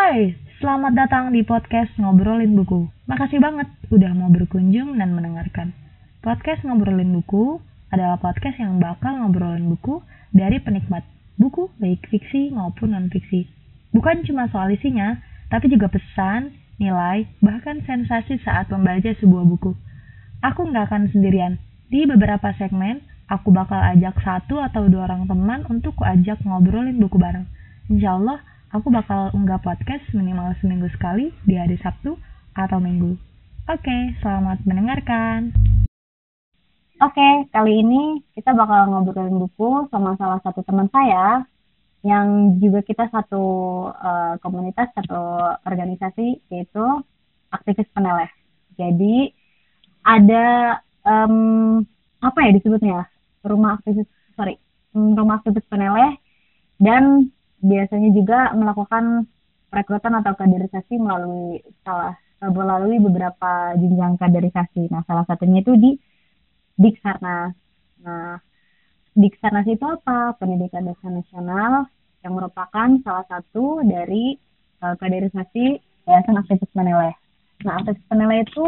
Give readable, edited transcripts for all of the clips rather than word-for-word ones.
Hai, selamat datang di podcast Ngobrolin Buku. Makasih banget udah mau berkunjung dan mendengarkan. Podcast Ngobrolin Buku adalah podcast yang bakal ngobrolin buku dari penikmat buku, baik fiksi maupun non-fiksi. Bukan cuma soal isinya, tapi juga pesan, nilai, bahkan sensasi saat membaca sebuah buku. Aku nggak akan sendirian. Di beberapa segmen, aku bakal ajak 1 atau 2 orang teman untuk kuajak ngobrolin buku bareng. Insya Allah, aku bakal unggah podcast minimal seminggu sekali di hari Sabtu atau Minggu. Oke, selamat mendengarkan. Oke, kali ini kita bakal ngobrolin buku sama salah satu teman saya yang juga kita satu komunitas, satu organisasi, yaitu aktivis peneleh. Jadi ada apa ya disebutnya? Rumah aktivis peneleh, dan biasanya juga melakukan perekrutan atau kaderisasi melalui beberapa jenjang kaderisasi. Nah, salah satunya itu di Diksarnas. Nah, Diksarnas itu apa? Pendidikan Dasar Nasional, yang merupakan salah satu dari kaderisasi Yayasan Aktivis Peneleh. Nah, Aktivis Peneleh itu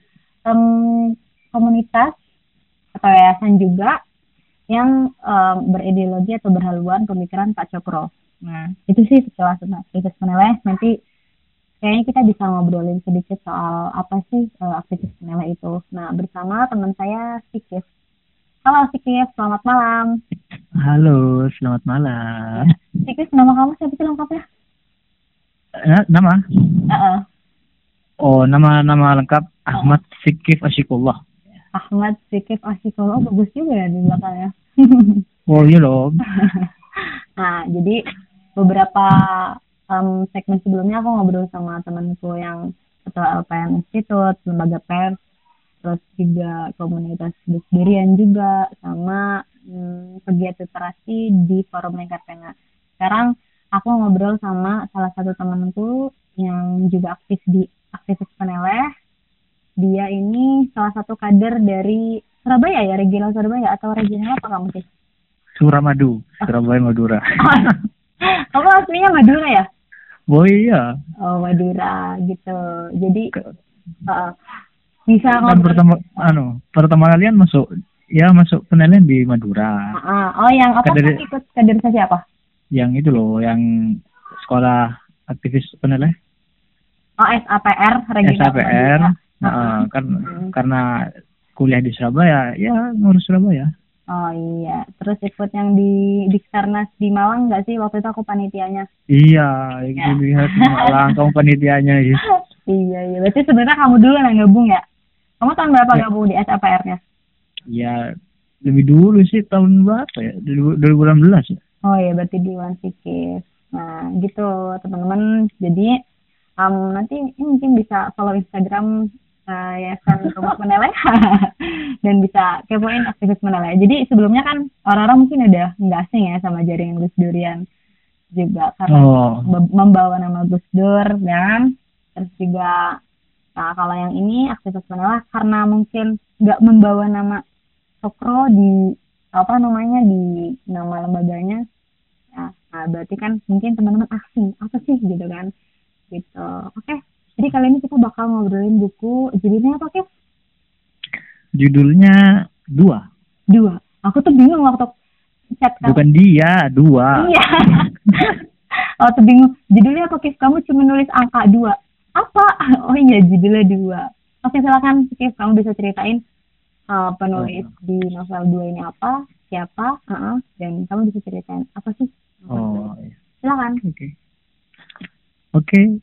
komunitas atau yayasan juga yang berideologi atau berhaluan pemikiran Pak Cokro. Nah, itu sih setelah aktivis peneleh. Nanti kayaknya kita bisa ngobrolin sedikit soal apa sih aktivis peneleh itu. Nah, bersama teman saya Sikif. Halo Sikif, selamat malam. Halo, selamat malam. Sikif, nama kamu siapa sih lengkapnya? Nama? Uh-uh. Nama lengkap Ahmad Sikif Asyikullah. Ahmad Sikif Asyikullah, bagus juga ya di belakangnya. Oh iya loh. Nah, jadi beberapa segmen sebelumnya aku ngobrol sama temanku yang ketua LPM Institute, lembaga pers, terus juga komunitas Durian juga, sama pegiat literasi di Forum Lingkar Pena. Sekarang aku ngobrol sama salah satu temanku yang juga aktivis peneleh. Dia ini salah satu kader dari Surabaya ya, regional Surabaya, atau regional apa kamu sih? Suramadu, Surabaya, Madura. Kamu aslinya Madura ya? Oh iya. Oh, Madura gitu. Jadi bisa kan pertama kalian masuk peneleh di Madura. Oh, yang apa? Ikut kaderisasi apa? Yang itu loh, yang sekolah aktivis peneleh. Oh, SAPR, regional SAPR. Karena kuliah di Surabaya, ya ngurus Surabaya. Oh iya, terus ikut yang di Diksarnas di Malang nggak sih? Waktu itu aku panitianya. Iya, lihat di Malang kamu panitianya. Iya, berarti sebenarnya kamu dulu yang gabung ya? Kamu tahun berapa gabung di SAPR-nya? Ya, lebih dulu sih, tahun berapa ya? 2016 ya? Oh iya, berarti di Wan Sikif. Nah, gitu teman-teman. Jadi nanti mungkin bisa follow Instagram Yayasan Rumah Peneleh dan bisa kepoin aktivis peneleh. Jadi sebelumnya kan orang-orang mungkin udah nggak asing ya sama jaringan Gus Durian juga karena membawa nama Gus Dur, dan terus juga kalau yang ini aktivis peneleh karena mungkin nggak membawa nama Cokro di di nama lembaganya. Nah, berarti kan mungkin teman-teman asing apa sih gitu kan gitu. Oke. Jadi kali ini kita bakal ngobrolin buku. Judulnya apa, Kev? Judulnya 2. Aku tuh bingung waktu chat kamu. Bukan dia, 2. Iya. Oh, tuh bingung. Judulnya apa, Kev? Kamu cuma nulis angka 2. Apa? Oh iya, judulnya 2. Oke, silakan, Kev. Kamu bisa ceritain penulis di novel 2 ini apa, siapa, dan kamu bisa ceritain apa sih? Oh, iya. Silakan. Oke.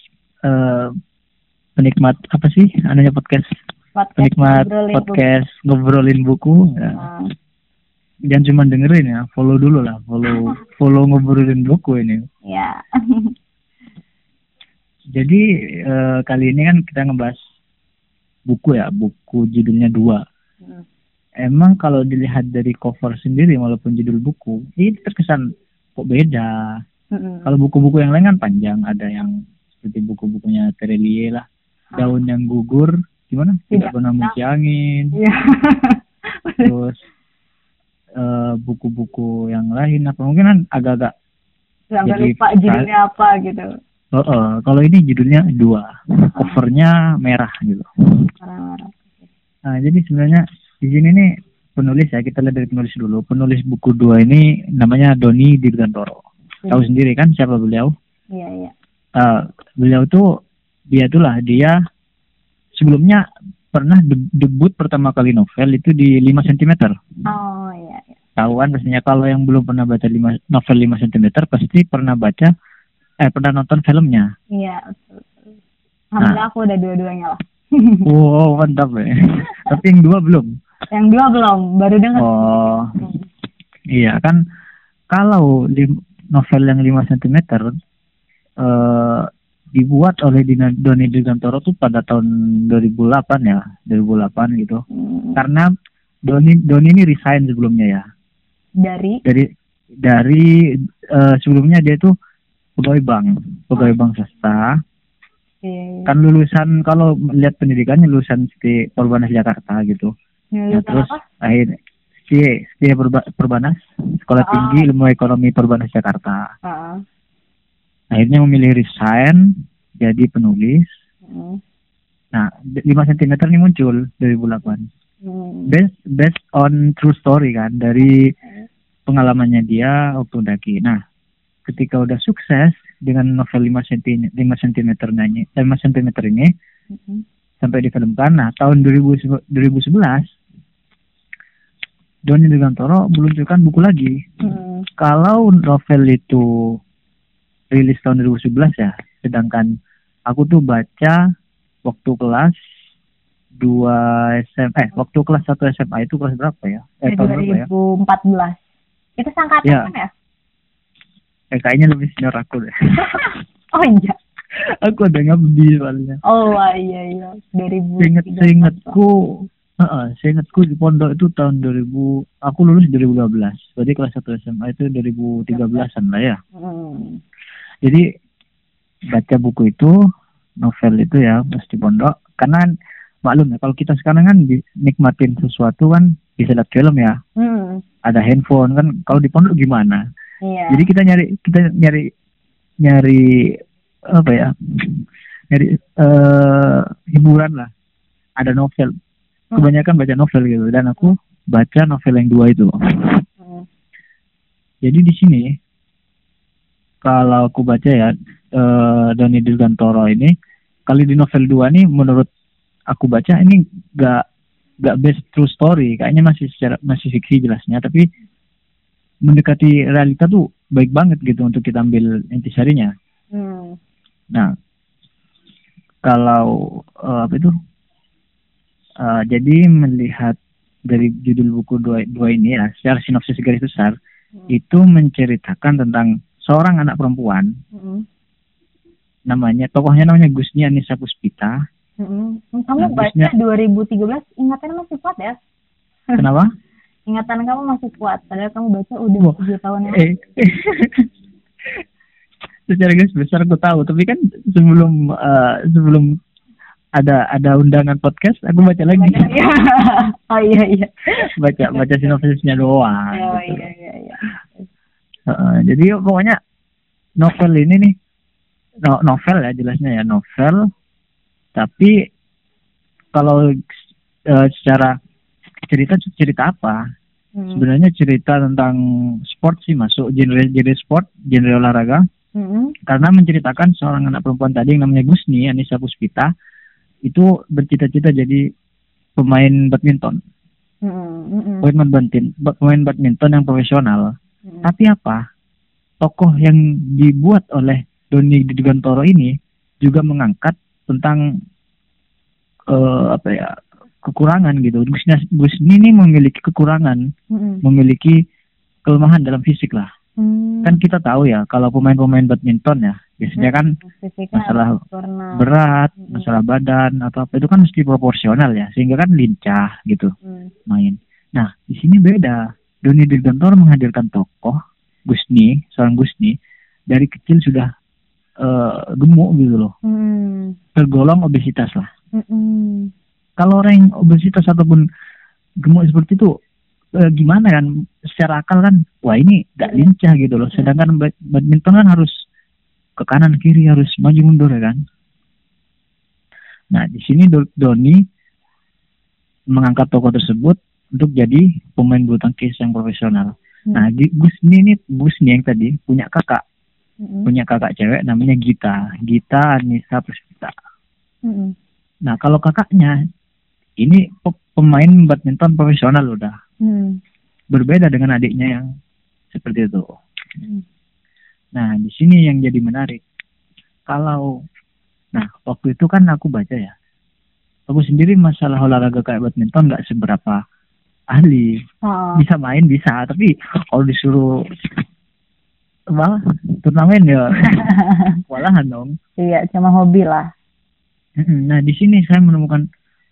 Penikmat apa sih namanya podcast penikmat podcast ngobrolin buku ya. Jangan cuma dengerin ya, follow dulu lah, follow ngobrolin buku ini ya. Jadi kali ini kan kita ngebahas buku judulnya 2. Emang kalau dilihat dari cover sendiri walaupun judul buku ini terkesan kok beda. Kalau buku-buku yang lain kan panjang, ada yang seperti buku-bukunya Terelie lah, daun yang gugur, gimana? Tidak pernah menciangin. Terus buku-buku yang lain apa mungkin kan agak-agak lupa judulnya apa gitu. Kalau ini judulnya dua, covernya merah gitu. Merah-merah. Nah, jadi sebenarnya di sini nih penulis ya, kita lihat dari penulis dulu. Penulis buku dua ini namanya Doni Dirgantoro. Tahu sendiri kan siapa beliau? Iya, iya. Beliau tuh dia sebelumnya pernah debut pertama kali novel itu di 5 cm. Oh, iya, iya. Tahu kan pastinya, kalau yang belum pernah baca novel 5 cm pasti pernah nonton filmnya. Iya, betul. Alhamdulillah aku udah dua-duanya lah. Wow, mantap ya. Tapi yang dua belum. Yang dua belum, baru dengar. Oh. Iya kan, kalau novel yang 5 cm dibuat oleh Doni Dirgantoro tuh pada tahun 2008 ya, 2008 gitu. Karena Doni ini resign sebelumnya ya. Dari sebelumnya dia tuh pegawai bank swasta. Kan lulusan, kalau lihat pendidikannya lulusan STI Perbanas Jakarta gitu. Terus akhirnya STI Perbanas, Sekolah Tinggi Ilmu Ekonomi Perbanas Jakarta. Akhirnya memilih resign jadi penulis. Nah, 5 cm ini muncul 2008. Based on true story kan, dari pengalamannya dia waktu daki. Nah, ketika udah sukses dengan novel 5 cm ini sampai difilmkan. Nah, tahun 2011 Doni Dirgantoro meluncurkan buku lagi. Kalau novel itu rilis tahun 2011 ya, sedangkan aku tuh baca waktu kelas 2 SMA, waktu kelas 1 SMA itu kelas berapa ya? Tahun 2014. Itu sangkatan kan ya? Kayaknya lebih senior aku deh. Oh iya. Aku udah ngabdi soalnya. Oh iya. 2013. Seingatku di pondok itu tahun 2000, aku lulus 2012. Berarti kelas 1 SMA itu 2013-an lah ya. Jadi baca buku itu, novel itu ya pas di pondok. Karena maklum ya, kalau kita sekarang kan nikmatin sesuatu kan bisa lihat film ya. Ada handphone kan, kalau di pondok gimana? Iya. Jadi kita nyari apa ya? Nyari hiburan lah. Ada novel. Kebanyakan baca novel gitu, dan aku baca novel yang dua itu. Jadi di sini kalau aku baca ya, Doni Dirgantoro ini, kali di novel 2 nih menurut aku baca ini gak based true story, kayaknya masih fiksi jelasnya, tapi mendekati realita tuh baik banget gitu untuk kita ambil intisarinya. Nah, kalau jadi melihat dari judul buku dua ini ya, secara sinopsis garis besar, itu menceritakan tentang seorang anak perempuan, tokohnya namanya Gusni Anissa Puspita. Kamu baca 2013, ingatannya masih kuat ya? Kenapa? Ingatan kamu masih kuat, padahal kamu baca udah 7 tahun yang lalu. Secara garis besar aku tahu, tapi kan sebelum ada undangan podcast, aku baca lagi. Oh iya. Baca sinopsisnya doang. Oh gitu. Iya. Jadi pokoknya novel ini nih, novel ya jelasnya ya, novel. Tapi kalau secara cerita apa? Sebenarnya cerita tentang sport sih, masuk genre sport, genre olahraga. Karena menceritakan seorang anak perempuan tadi yang namanya Gusni Anissa Puspita itu bercita-cita jadi pemain badminton. Pemain badminton yang profesional. Tapi apa? Tokoh yang dibuat oleh Doni Dirgantoro ini juga mengangkat tentang kekurangan gitu. Gusni ini memiliki kekurangan, memiliki kelemahan dalam fisik lah. Kan kita tahu ya, kalau pemain-pemain badminton ya, biasanya kan masalah berat, masalah badan atau apa itu kan mesti proporsional ya, sehingga kan lincah gitu main. Nah, di sini beda. Doni Dirgantoro menghadirkan tokoh seorang Gusni dari kecil sudah gemuk gitu loh. Tergolong obesitas lah. Kalau orang yang obesitas ataupun gemuk seperti itu, gimana kan secara akal kan, wah ini gak lincah gitu loh. Sedangkan badminton kan harus ke kanan kiri harus maju mundur ya kan. Nah di sini Doni mengangkat tokoh tersebut untuk jadi pemain bulu tangkis yang profesional. Nah Gusni yang tadi punya kakak cewek namanya Gita Anissa Puspita. Nah kalau kakaknya ini pemain badminton profesional udah. Berbeda dengan adiknya yang seperti itu. Nah di sini yang jadi menarik. Waktu itu kan aku baca ya. Aku sendiri masalah olahraga kayak badminton nggak seberapa ahli. Bisa main bisa, tapi kalau disuruh turnamen ya walahan dong. Iya, cuma hobi lah. Nah di sini saya menemukan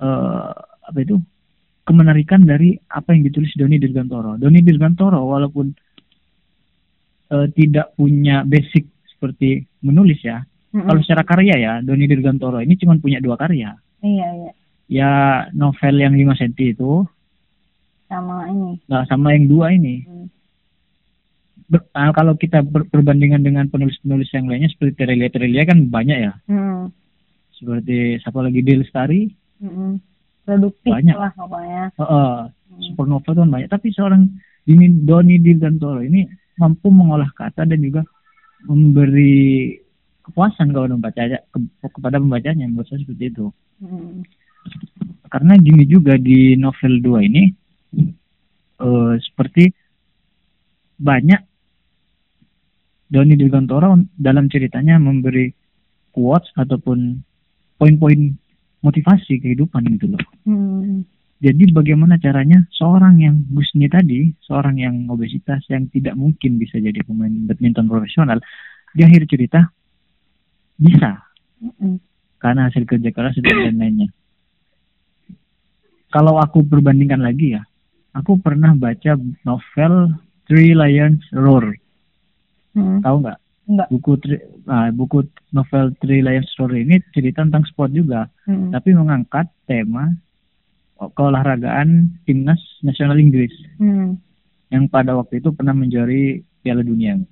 kemenarikan dari apa yang ditulis Doni Dirgantoro. Doni Dirgantoro walaupun tidak punya basic seperti menulis ya. Kalau secara karya ya, Doni Dirgantoro ini cuma punya 2 karya. Iya. Ya novel yang 5 cm itu. Sama ini. Nah, sama yang 2 ini. Kalau kita perbandingan dengan penulis-penulis yang lainnya seperti Terelia kan banyak ya. Seperti siapa lagi Del Lestari. Produktif banyak lah pokoknya. Supernova itu kan banyak. Tapi seorang Doni Dirgantoro ini mampu mengolah kata dan juga memberi kepuasan kalau kepada pembacanya. Menurut saya seperti itu. Karena gini juga di novel 2 ini seperti banyak Doni Dirgantoro dalam ceritanya memberi quotes ataupun poin-poin motivasi kehidupan gitu loh. Jadi bagaimana caranya seorang yang Gusni tadi, seorang yang obesitas yang tidak mungkin bisa jadi pemain badminton profesional, di akhir cerita bisa. Karena hasil kerja keras dan lainnya. Kalau aku perbandingkan lagi ya, aku pernah baca novel Three Lions Roar. Tahu nggak? Enggak. Buku novel Three Lions Roar ini cerita tentang sport juga, tapi mengangkat tema keolahragaan timnas nasional Inggris yang pada waktu itu pernah menjuari Piala Dunia.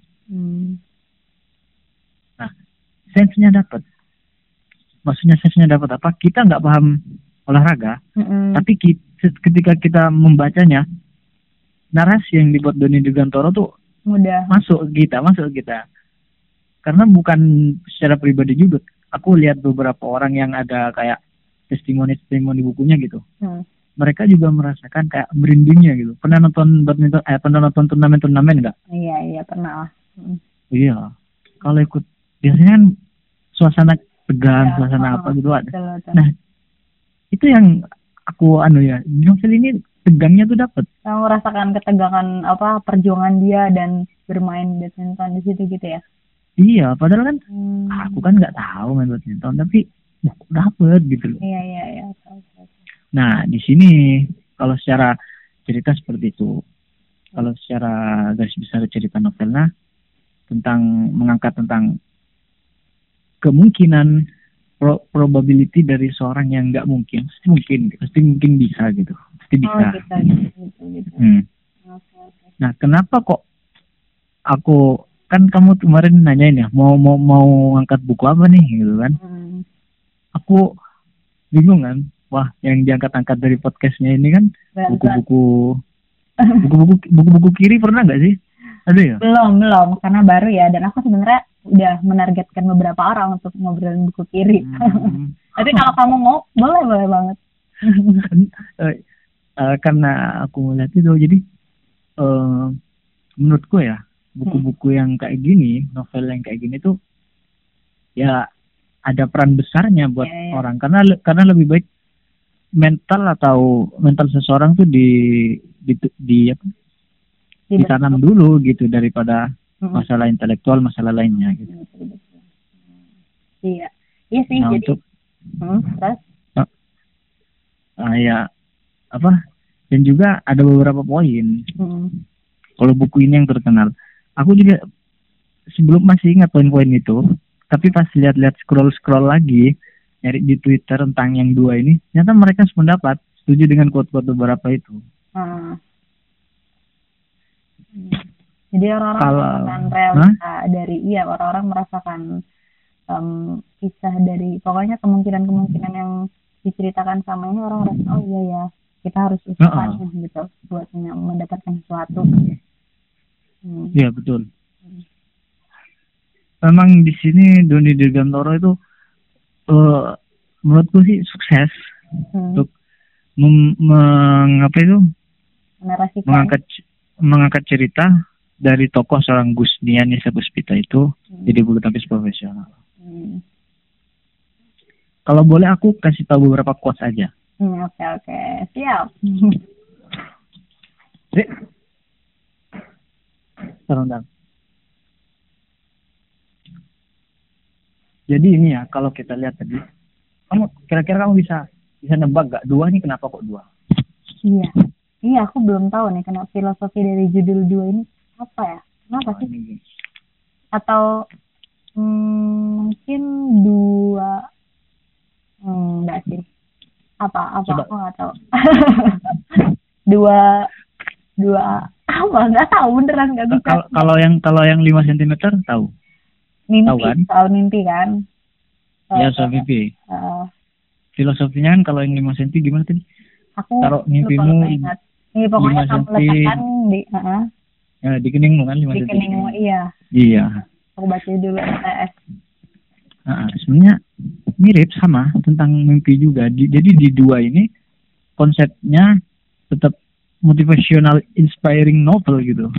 Nah, sense-nya dapat. Maksudnya sense-nya dapat apa? Kita nggak paham olahraga, tapi ketika kita membacanya, narasi yang dibuat Doni Dirgantoro tuh mudah masuk kita. Karena bukan secara pribadi juga. Aku lihat beberapa orang yang ada kayak testimoni bukunya gitu. Mereka juga merasakan kayak merindingnya gitu. Pernah nonton badminton? Pernah nonton turnamen nggak? Iya pernah lah. Iya. Kalau ikut biasanya kan suasana tegang, suasana apa gitu ada. Betul. Nah, itu yang aku di novel ini tegangnya tuh dapat. Kamu merasakan ketegangan perjuangan dia dan bermain badminton di situ gitu ya? Iya, padahal kan aku kan nggak tahu main badminton, tapi dapet gitu loh. Iya. Nah, di sini kalau secara cerita seperti itu. Kalau secara garis besar cerita novelnya mengangkat tentang kemungkinan probability dari seorang yang nggak mungkin, pasti mungkin bisa gitu, pasti bisa. Gitu. Nah, kenapa kok aku kan kamu kemarin nanyain ya mau ngangkat buku apa nih gitu kan? Aku bingung kan, wah yang diangkat-angkat dari podcastnya ini kan buku-buku kiri pernah nggak sih? Ada ya? Belum, karena baru ya, dan aku sebenarnya udah menargetkan beberapa orang untuk ngobrolin buku kiri. Tapi kalau kamu mau, boleh banget. Karena aku melihat itu, jadi menurutku ya, buku-buku yang kayak gini, novel yang kayak gini tuh, ya ada peran besarnya buat orang. Karena lebih baik mental seseorang tuh ditanam dulu gitu daripada masalah intelektual, masalah lainnya gitu. Iya sih. Nah, jadi untuk terus dan juga ada beberapa poin. Kalau buku ini yang terkenal, aku juga sebelum masih ingat poin-poin itu, tapi pas lihat scroll lagi nyari di Twitter tentang yang 2 ini, ternyata mereka sependapat, setuju dengan quote-quote beberapa itu. Jadi orang-orang merasakan realita dari orang-orang merasakan kisah dari pokoknya kemungkinan yang diceritakan sama ini, orang merasa oh iya ya kita harus usaha gitu buat mendapatkan sesuatu. Iya betul. Memang di sini Doni Dirgantoro itu menurutku sih sukses untuk mengangkat cerita dari tokoh seorang Gusnia Nisa Puspita itu jadi bulu tangkis profesional. Kalau boleh aku kasih tahu beberapa quotes aja. Oke, siap. Sebentar. Jadi ini ya, kalau kita lihat tadi, kira-kira kamu bisa nebak gak dua ini kenapa kok dua? Iya, aku belum tahu nih kenapa filosofi dari judul dua ini apa ya? Kenapa sih? Atau mungkin dua enggak sih. Apa aku nggak tahu. dua apa nggak tahu beneran nggak bisa. Kalau yang 5 cm tahu? Mimpi, tahu kan? Soal mimpi kan? Ya soal mimpi. Filosofinya kan kalau yang 5 cm gimana tadi? Aku taruh mimpimu pokoknya kamu letakkan di keningmu kan 5 cm. Di keningmu Iya. Aku baca dulu MTS. Sebenarnya mirip sama tentang mimpi juga. Jadi di dua ini konsepnya tetap motivational inspiring novel gitu.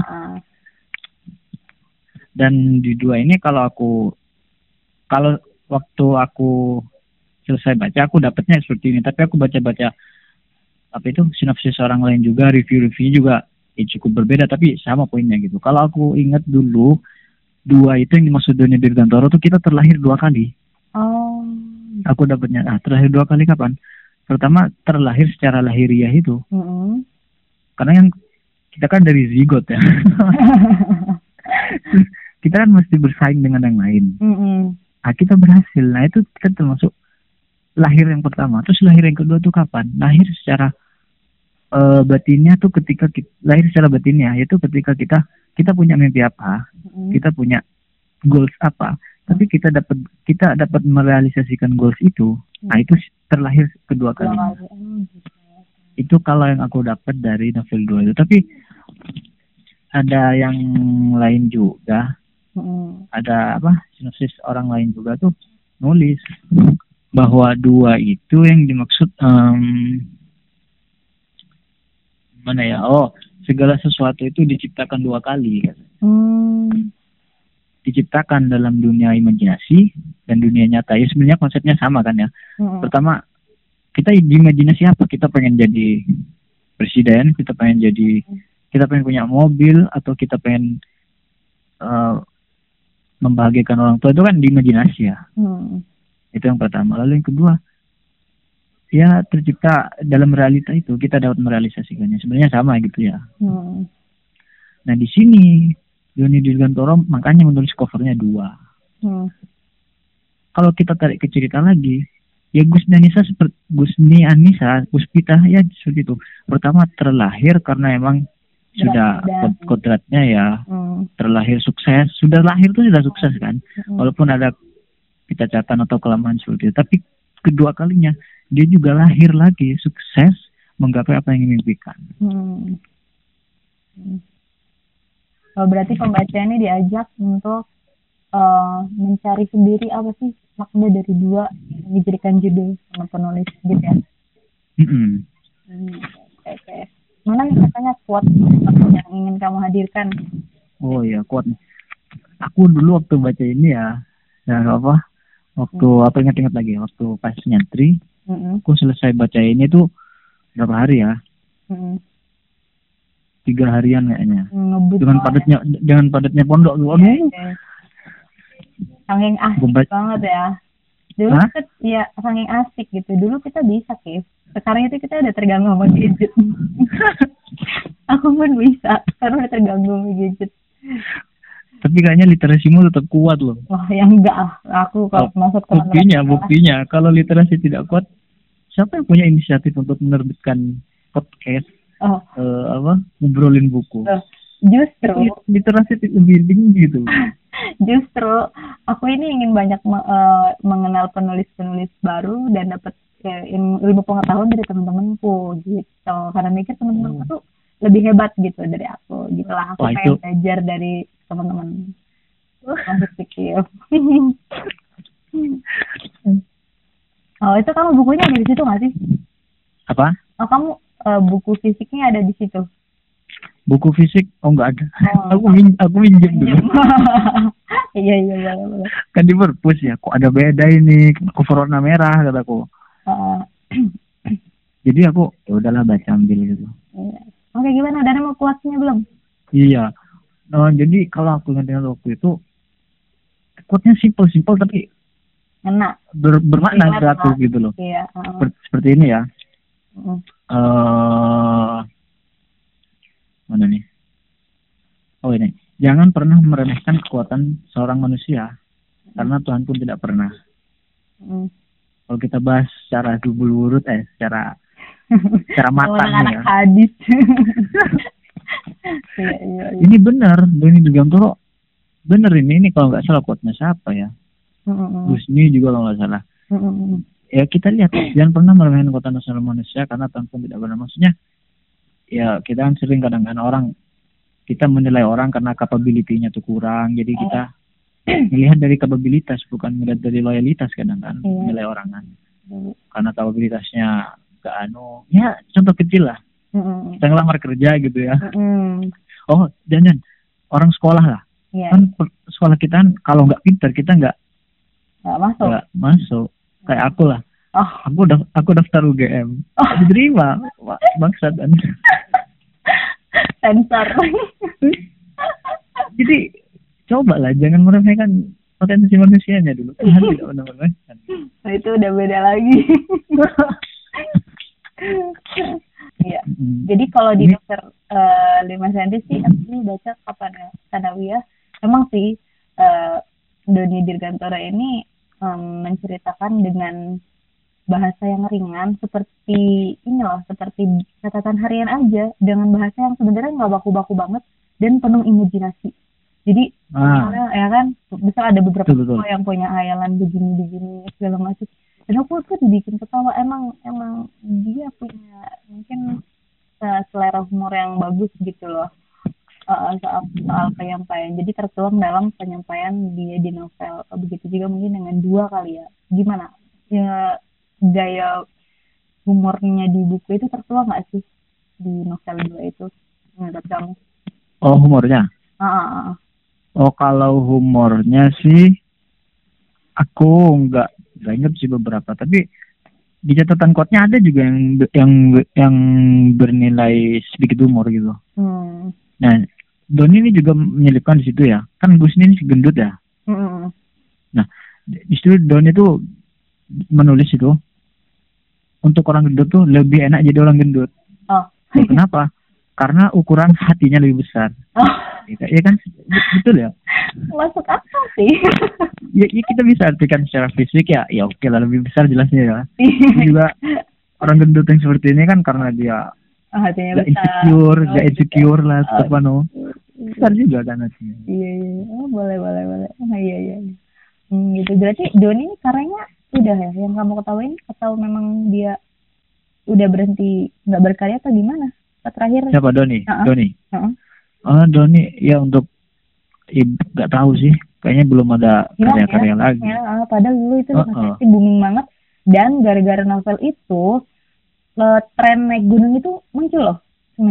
Dan di dua ini kalau waktu aku selesai baca aku dapatnya seperti ini, tapi aku baca-baca sinopsis orang lain juga, review-reviewnya juga cukup berbeda tapi sama poinnya gitu. Kalau aku ingat dulu dua itu yang dimaksud Doni Dirgantoro tuh kita terlahir 2 kali. Aku dapatnya terlahir 2 kali kapan? Pertama terlahir secara lahiriah itu. Karena yang kita kan dari zigot ya. Kita kan mesti bersaing dengan yang lain. Kita berhasil. Nah itu kita termasuk lahir yang pertama. Terus lahir yang kedua tuh kapan? Lahir secara batinnya tuh ketika lahir secara batinnya yaitu ketika kita punya mimpi apa, kita punya goals apa, tapi kita dapat merealisasikan goals itu. Nah itu terlahir kedua kalinya. Itu kalau yang aku dapat dari novel 2 itu. Tapi ada yang lain juga. Ada sinopsis orang lain juga tuh nulis bahwa 2 itu yang dimaksud segala sesuatu itu diciptakan 2 kali kan. Diciptakan dalam dunia imajinasi dan dunia nyata. Ya sebenarnya konsepnya sama kan ya. Pertama kita di imajinasi apa? Kita pengen jadi presiden, kita pengen punya mobil, atau kita pengen membahagiakan orang tua, itu kan di imajinasi ya. Itu yang pertama. Lalu yang kedua, ya tercipta dalam realita itu kita dapat merealisasikannya. Sebenarnya sama gitu ya. Nah di sini Doni Dirgantoro makanya menulis covernya 2. Kalau kita tarik ke cerita lagi, ya Gusnia Nisa Puspita ya seperti itu. Pertama terlahir karena emang sudah kodratnya ya terlahir sukses. Sudah lahir tuh sudah sukses kan. Walaupun ada kecacatan atau kelemahan seperti itu. Tapi kedua kalinya dia juga lahir lagi sukses menggapai apa yang dimimpikan. Berarti pembaca ini diajak untuk mencari sendiri apa sih makna dari 2 yang dijadikan judul sama penulis gitu ya. Oke. Mana nih katanya quote yang ingin kamu hadirkan? Oh ya quote. Aku dulu waktu baca ini waktu ingat lagi waktu pas nyantri. Aku selesai baca ini tuh berapa hari ya? 3 harian kayaknya. Dengan padatnya pondok tuh. Saking asik banget ya. Dulu ya saking asik gitu. Dulu kita bisa sekarang itu kita udah terganggu sama gadget. Aku pun bisa karena udah terganggu sama gadget. Tapi kayaknya literasimu tetap kuat loh. Wah ya enggak aku kalau masuk ke buktinya kalau literasi tidak kuat, siapa yang punya inisiatif untuk menerbitkan podcast ngobrolin buku? Justru literasi lebih tinggi gitu. Justru aku ini ingin banyak mengenal penulis-penulis baru dan dapat ilmu pengetahuan dari teman-temanku gitu. Karena mikir teman-temanku tuh lebih hebat gitu dari aku. Gitu lah, aku pengen belajar dari teman-teman. Masuk pikir. Oh, itu kamu bukunya ada di situ nggak sih? Apa? Oh, kamu buku fisiknya ada di situ? Buku fisik? Oh, nggak ada. Oh. Aku minjem dulu. Iya, boleh. Kan di perpus ya, kok ada beda ini, cover warna merah kataku. Jadi aku ya udahlah baca ambil gitu. Iya. Oke, gimana? Udah mau kuatnya belum? Iya. Nah, jadi kalau aku ingat waktu itu quote-nya simple tapi enak. Bermakna ke aku gitu loh. Iya. Seperti ini ya. Mana nih? Oh ini. Jangan pernah meremehkan kekuatan seorang manusia, karena Tuhan pun tidak pernah. Kalau kita bahas secara dubul wurud, secara matang ya. Hadis. Iya. Ini benar, Doni Dirgantoro. Benar ini kalau nggak salah quote-nya siapa ya? Husni juga kalau nggak salah. Ya kita lihat, jangan pernah meremehkan kekuatan seorang manusia, karena Tuhan pun tidak pernah. Maksudnya, ya kita kan sering kadang-kadang orang kita menilai orang karena capability-nya tuh kurang, jadi kita melihat dari kapabilitas bukan melihat dari loyalitas kadang kan nilai orang kan. Karena kapabilitasnya gak ya contoh kecil lah, kita ngelamar kerja gitu ya. Oh dan orang sekolah lah, kan sekolah kita kan kalau nggak pintar kita nggak masuk. Kayak aku lah, aku daftar UGM, diterima, maksud dan sensor. Jadi cobalah jangan meremehkan potensi manusianya dulu. Tuhan tidak pernah meremehkan. Nah, itu udah beda lagi. Iya. Jadi kalau di Dokter 5 cm sih aku baca kapan ya? Sanawiyah. Emang sih Doni Dirgantoro ini menceritakan dengan bahasa yang ringan seperti seperti catatan harian aja, dengan bahasa yang sebenarnya nggak baku-baku banget dan penuh imajinasi. Jadi ya kan, misal ada beberapa orang yang punya hayalan begini segala macam, dan aku tuh dibikin ketawa. Emang dia punya mungkin selera humor yang bagus gitu loh, soal penyampaian. Jadi tertuang dalam penyampaian dia di novel. Begitu juga mungkin dengan Dua kali ya. Gimana ya gaya humornya di buku itu tertuang nggak sih di novel Dua itu menurut kamu? Oh humornya? Oh kalau humornya sih aku nggak ingat sih beberapa, tapi di catatan quote-nya ada juga yang bernilai sedikit humor gitu. Nah Doni ini juga menyelipkan di situ ya, kan Gus ini gendut ya. Nah di situ Doni itu menulis itu untuk orang gendut tuh lebih enak jadi orang gendut. Kenapa? Karena ukuran hatinya lebih besar. Ya kan, betul ya. Masuk akal sih. ya kita bisa artikan secara fisik ya oke lah, lebih besar jelasnya ya. Juga orang gendut yang seperti ini kan karena dia hatinya gak insecure lah, tetap besar juga kan hatinya. Iya. Oh, boleh. Iya. Gitu. Berarti Doni ini karyanya udah ya yang kamu ketahuin, atau memang dia udah berhenti nggak berkarya atau gimana? Terakhir siapa? Doni. Doni ya untuk nggak tahu sih, kayaknya belum ada karya-karya lagi. Padahal dulu itu pasti booming banget, dan gara-gara novel itu tren naik gunung itu muncul loh.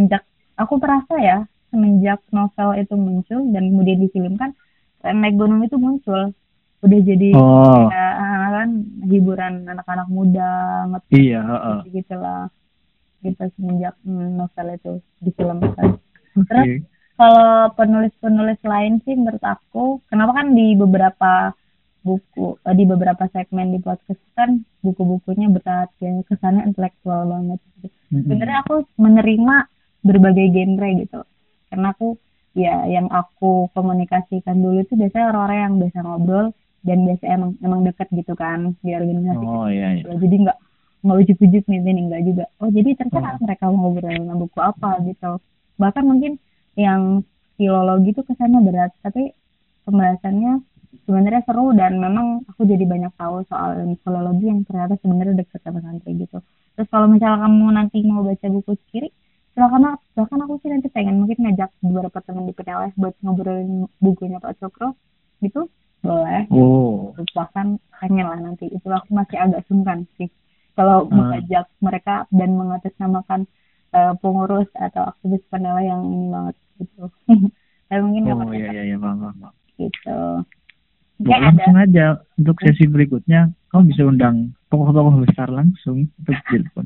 Semenjak novel itu muncul dan kemudian difilmkan, tren naik gunung itu muncul. Udah jadi kan hiburan anak-anak muda gitu lah. Gitu semenjak novel itu difilmkan. Terus kalau penulis-penulis lain sih menurut aku, kenapa kan di beberapa buku, di beberapa segmen di podcast kan buku-bukunya berat ya, kesannya intelektual banget. Sebenarnya aku menerima berbagai genre gitu, karena aku ya yang aku komunikasikan dulu itu biasanya orang-orang yang biasa ngobrol dan biasa emang dekat gitu kan di organisasi. Iya. Jadi nggak ujuk-ujuk nih enggak juga. Jadi terserah mereka mau ngobrol tentang buku apa gitu. Bahkan mungkin yang filologi tuh kesana berat, tapi pembahasannya sebenarnya seru dan memang aku jadi banyak tahu soal filologi yang ternyata sebenarnya dekat sama santai gitu. Terus kalau misalnya kamu nanti mau baca buku sendiri, silakan. Bahkan aku sih nanti pengen mungkin ngajak beberapa teman di PNLS buat ngobrolin bukunya Pak Cokro gitu, boleh. Terus bahkan pengen lah nanti, itu aku masih agak sungkan sih kalau mengajak mereka dan mengatasnamakan pengurus atau aktivis PNLS yang ini banget gitu. Tapi mungkin iya bang. Gitu. Langsung aja untuk sesi berikutnya kamu bisa undang tokoh-tokoh besar langsung untuk telepon.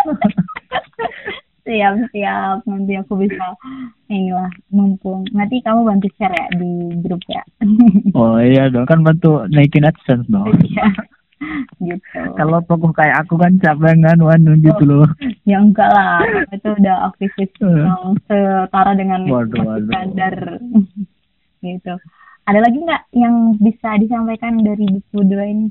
Siap, nanti aku bisa inilah, mumpung nanti kamu bantu share ya di grup ya. Oh iya dong, kan bantu naikin AdSense dong. Iya. Gitu. Kalau tokoh kayak aku kan capek kan gitu loh. Ya enggak lah, itu udah aktivis yang setara dengan standar gitu. Ada lagi nggak yang bisa disampaikan dari buku dua ini?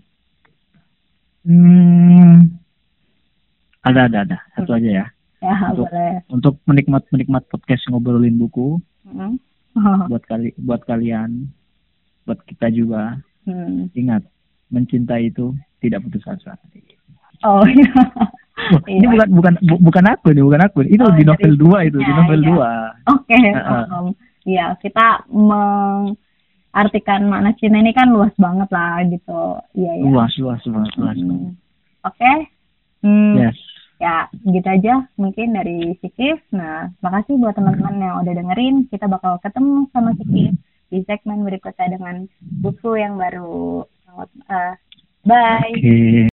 Ada. Satu aja ya. Ya, boleh. Untuk menikmat podcast ngobrolin buku. Buat kalian, buat kita juga. Ingat, mencintai itu tidak putus asa. Oh iya. Ini bukan aku. Itu di novel 2 itu, di novel 2. Oke. Iya, kita artikan makna cinta ini kan luas banget lah gitu. Iya. Luas. Oke. Yes. Ya, gitu aja mungkin dari Sikif. Nah, makasih buat teman-teman yang udah dengerin. Kita bakal ketemu sama Sikif di segmen berikutnya dengan buku yang baru. Bye. Okay.